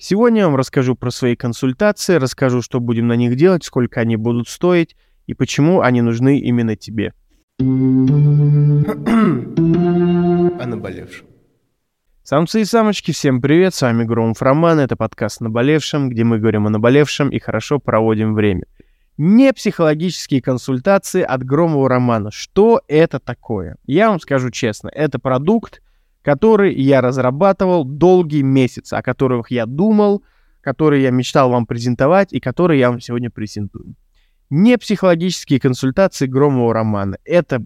Сегодня я вам расскажу про свои консультации, расскажу, что будем на них делать, сколько они будут стоить и почему они нужны именно тебе. О наболевшем. Самцы и самочки, всем привет, с вами Громов Роман, это подкаст «Наболевшем», где мы говорим о наболевшем и хорошо проводим время. Не психологические консультации от Громова Романа. Что это такое? Я вам скажу честно, это продукт, который я разрабатывал долгие месяцы, о которых я думал, который я мечтал вам презентовать и который я вам сегодня презентую. Не психологические консультации Громова Романа. Это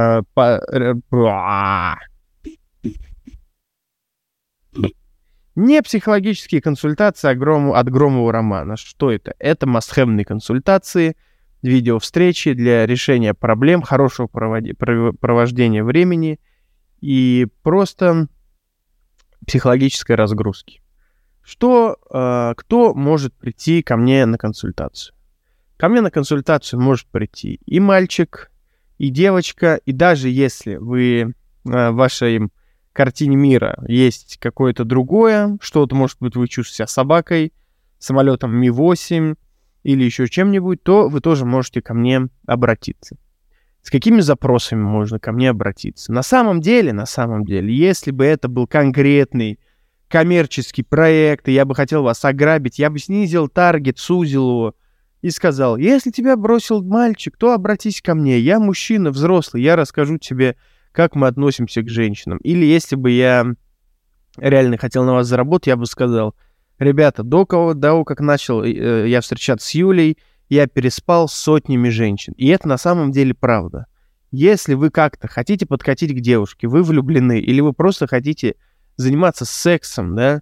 не психологические консультации от Громова Романа. Что это? Это must-have консультации, видеовстречи для решения проблем, хорошего провождения времени и просто психологической разгрузки. Кто может прийти ко мне на консультацию? Ко мне на консультацию может прийти и мальчик, и девочка, и даже если в вашей картине мира есть какое-то другое, что-то, может быть, вы чувствуете себя собакой, самолетом Ми-8 или еще чем-нибудь, то вы тоже можете ко мне обратиться. С какими запросами можно ко мне обратиться? На самом деле, если бы это был конкретный коммерческий проект, и я бы хотел вас ограбить, я бы снизил таргет, сузил его и сказал, если тебя бросил мальчик, то обратись ко мне, я мужчина, взрослый, я расскажу тебе, как мы относимся к женщинам. Или если бы я реально хотел на вас заработать, я бы сказал, ребята, до того, как начал я встречаться с Юлей, я переспал с сотнями женщин. И это на самом деле правда. Если вы как-то хотите подкатить к девушке, вы влюблены, или вы просто хотите заниматься сексом, да,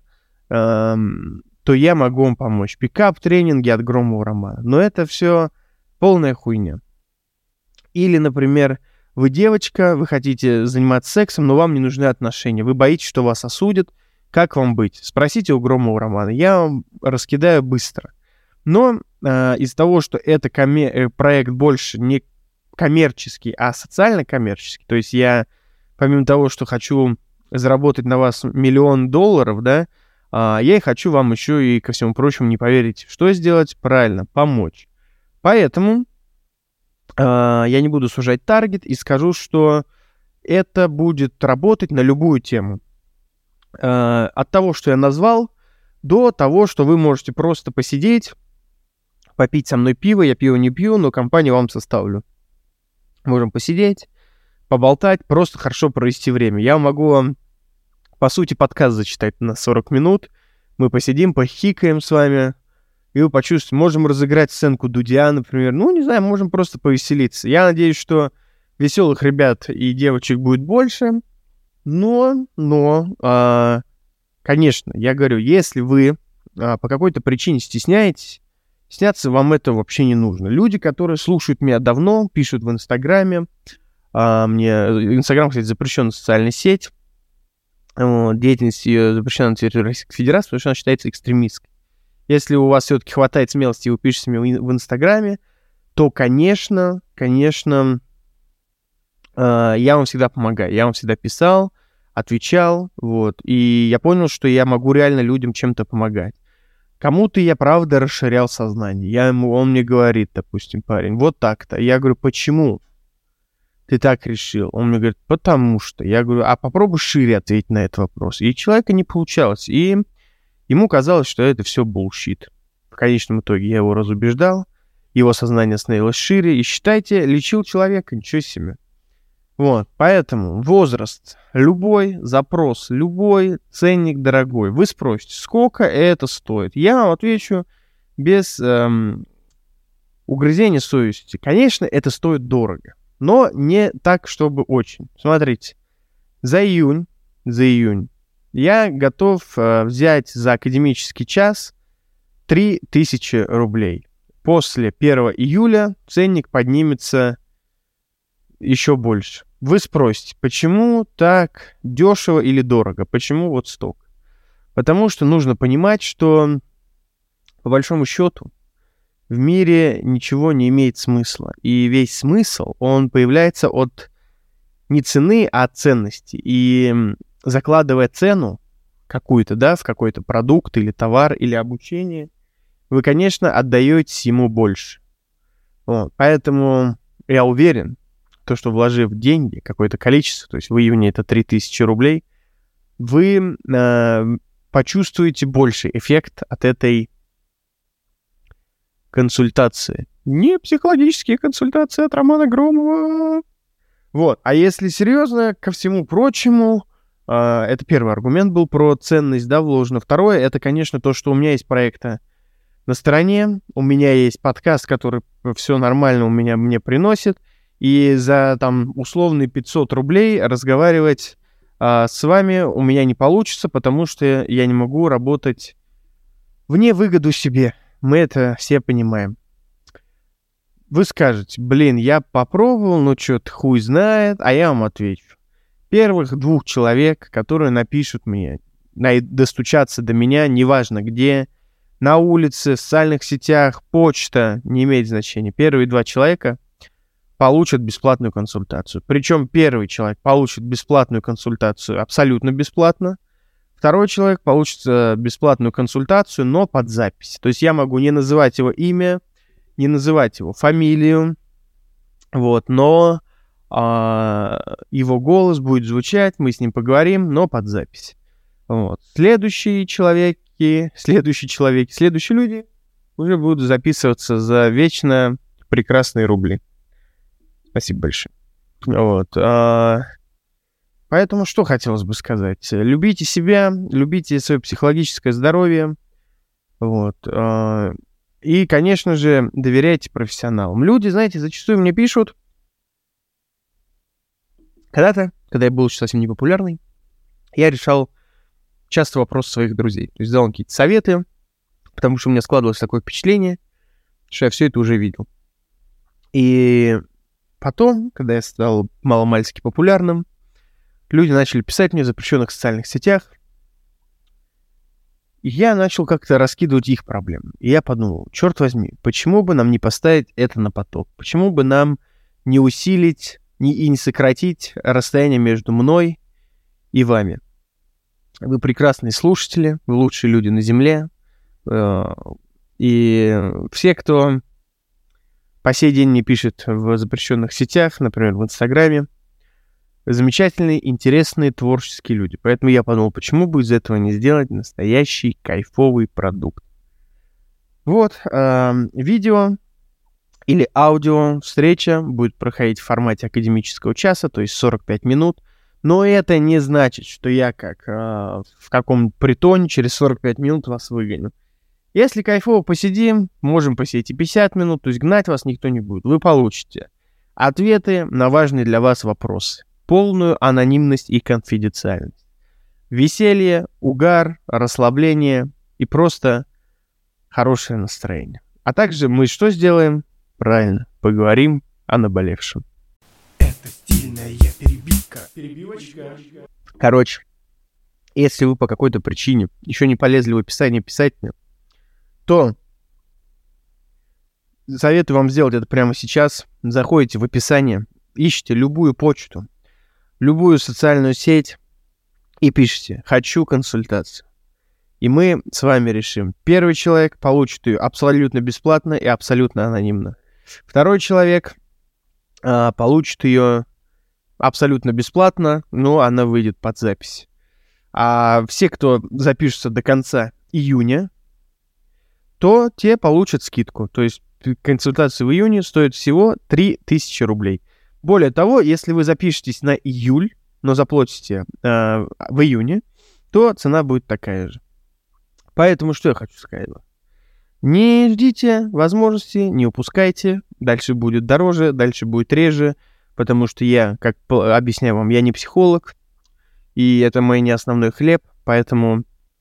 то я могу вам помочь. Пикап-тренинги от Громова Романа. Но это все полная хуйня. Или, например, вы девочка, вы хотите заниматься сексом, но вам не нужны отношения. Вы боитесь, что вас осудят. Как вам быть? Спросите у Громова Романа. Я вам раскидаю быстро. Но из-за того, что это проект больше не коммерческий, а социально-коммерческий, то есть я, помимо того, что хочу заработать на вас $1 миллион, да, я и хочу вам еще и, ко всему прочему, не поверить, что сделать? Правильно, помочь. Поэтому я не буду сужать таргет и скажу, что это будет работать на любую тему. От того, что я назвал, до того, что вы можете просто посидеть, попить со мной пиво. Я пиво не пью, но компанию вам составлю. Можем посидеть, поболтать, просто хорошо провести время. Я могу вам, по сути, подкаст зачитать на 40 минут. Мы посидим, похикаем с вами, и вы почувствуете, можем разыграть сценку Дудя, например. Ну, не знаю, можем просто повеселиться. Я надеюсь, что веселых ребят и девочек будет больше. Но, конечно, я говорю, если вы по какой-то причине стесняетесь, стесняться вам это вообще не нужно. Люди, которые слушают меня давно, пишут в Инстаграме. Инстаграм, кстати, запрещенная социальная сеть. Деятельность ее запрещена на территории Российской Федерации, потому что она считается экстремистской. Если у вас все-таки хватает смелости, и вы пишете мне в Инстаграме, то, конечно, я вам всегда помогаю. Я вам всегда писал, отвечал, вот. И я понял, что я могу реально людям чем-то помогать. Кому-то я, правда, расширял сознание. Он мне говорит, допустим, парень, вот так-то. Я говорю, почему ты так решил? Он мне говорит, потому что. Я говорю, а попробуй шире ответить на этот вопрос. И у человека не получалось. И ему казалось, что это все bullshit. В конечном итоге я его разубеждал. Его сознание становилось шире. И считайте, лечил человека, ничего себе. Вот, поэтому возраст любой, запрос любой, ценник дорогой. Вы спросите, сколько это стоит? Я вам отвечу без угрызения совести. Конечно, это стоит дорого, но не так, чтобы очень. Смотрите, за июнь я готов взять за академический час 3000 рублей. После 1 июля ценник поднимется еще больше. Вы спросите, почему так дешево или дорого? Почему вот столько? Потому что нужно понимать, что по большому счету в мире ничего не имеет смысла. И весь смысл, он появляется от не цены, а от ценности. И закладывая цену, какую-то, да, в какой-то продукт или товар или обучение, вы, конечно, отдаете ему больше. Вот. Поэтому я уверен, то, что вложив деньги, какое-то количество, то есть в июне это 3000 рублей, вы почувствуете больший эффект от этой консультации. Не психологические консультации от Романа Громова. Вот. А если серьезно, ко всему прочему, это первый аргумент был про ценность, да, вложено. Второе, это, конечно, то, что у меня есть проекта на стороне, у меня есть подкаст, который все нормально мне приносит, и за там условные 500 рублей разговаривать с вами у меня не получится, потому что я не могу работать вне выгоду себе. Мы это все понимаем. Вы скажете, блин, я попробовал, но что-то хуй знает, а я вам отвечу. Первых 2 человек, которые напишут мне, достучаться до меня, неважно где, на улице, в социальных сетях, почта, не имеет значения. Первые 2 человека получат бесплатную консультацию. Причем первый человек получит бесплатную консультацию абсолютно бесплатно. Второй человек получит бесплатную консультацию, но под запись. То есть я могу не называть его имя, не называть его фамилию, вот, но его голос будет звучать, мы с ним поговорим, но под запись. Вот. Следующие люди уже будут записываться за вечно прекрасные рубли. Спасибо большое. Вот. Поэтому что хотелось бы сказать? Любите себя, любите свое психологическое здоровье. Вот. И, конечно же, доверяйте профессионалам. Люди, знаете, зачастую мне пишут, когда-то, когда я был еще совсем непопулярный, я решал часто вопросы своих друзей. То есть давал им какие-то советы, потому что у меня складывалось такое впечатление, что я все это уже видел. И потом, когда я стал маломальски популярным, люди начали писать мне в запрещенных социальных сетях, и я начал как-то раскидывать их проблемы. И я подумал, черт возьми, почему бы нам не поставить это на поток? Почему бы нам не усилить и не сократить расстояние между мной и вами? Вы прекрасные слушатели, вы лучшие люди на Земле. И все, кто по сей день мне пишет в запрещенных сетях, например, в Инстаграме, замечательные, интересные, творческие люди. Поэтому я подумал, почему бы из этого не сделать настоящий кайфовый продукт. Вот, видео или аудио встреча будет проходить в формате академического часа, то есть 45 минут. Но это не значит, что я как в каком-то притоне через 45 минут вас выгоню. Если кайфово посидим, можем посидеть и 50 минут, то есть гнать вас никто не будет. Вы получите ответы на важные для вас вопросы, полную анонимность и конфиденциальность, веселье, угар, расслабление и просто хорошее настроение. А также мы что сделаем? Правильно, поговорим о наболевшем. Это стильная перебивка. Перебивочка. Короче, если вы по какой-то причине еще не полезли в описание писать мне, то советую вам сделать это прямо сейчас. Заходите в описание, ищите любую почту, любую социальную сеть и пишите «Хочу консультацию». И мы с вами решим. Первый человек получит ее абсолютно бесплатно и абсолютно анонимно. Второй человек получит ее абсолютно бесплатно, но она выйдет под запись. А все, кто запишется до конца июня, то те получат скидку. То есть консультация в июне стоит всего 3000 рублей. Более того, если вы запишетесь на июль, но заплатите в июне, то цена будет такая же. Поэтому что я хочу сказать? Не ждите возможности, не упускайте. Дальше будет дороже, дальше будет реже, потому что я, как объясняю вам, я не психолог, и это мой не основной хлеб, поэтому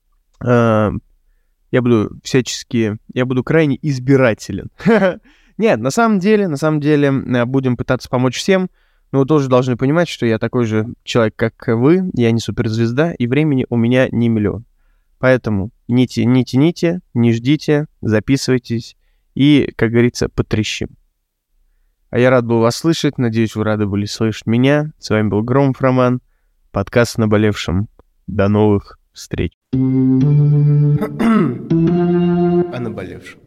я буду крайне избирателен. Нет, на самом деле, будем пытаться помочь всем, но вы тоже должны понимать, что я такой же человек, как вы, я не суперзвезда, и времени у меня не миллион. Поэтому не тяните, не ждите, записывайтесь и, как говорится, потрещим. А я рад был вас слышать, надеюсь, вы рады были слышать меня. С вами был Громов Роман, подкаст «Наболевшим». До новых встреч. О наболевшем.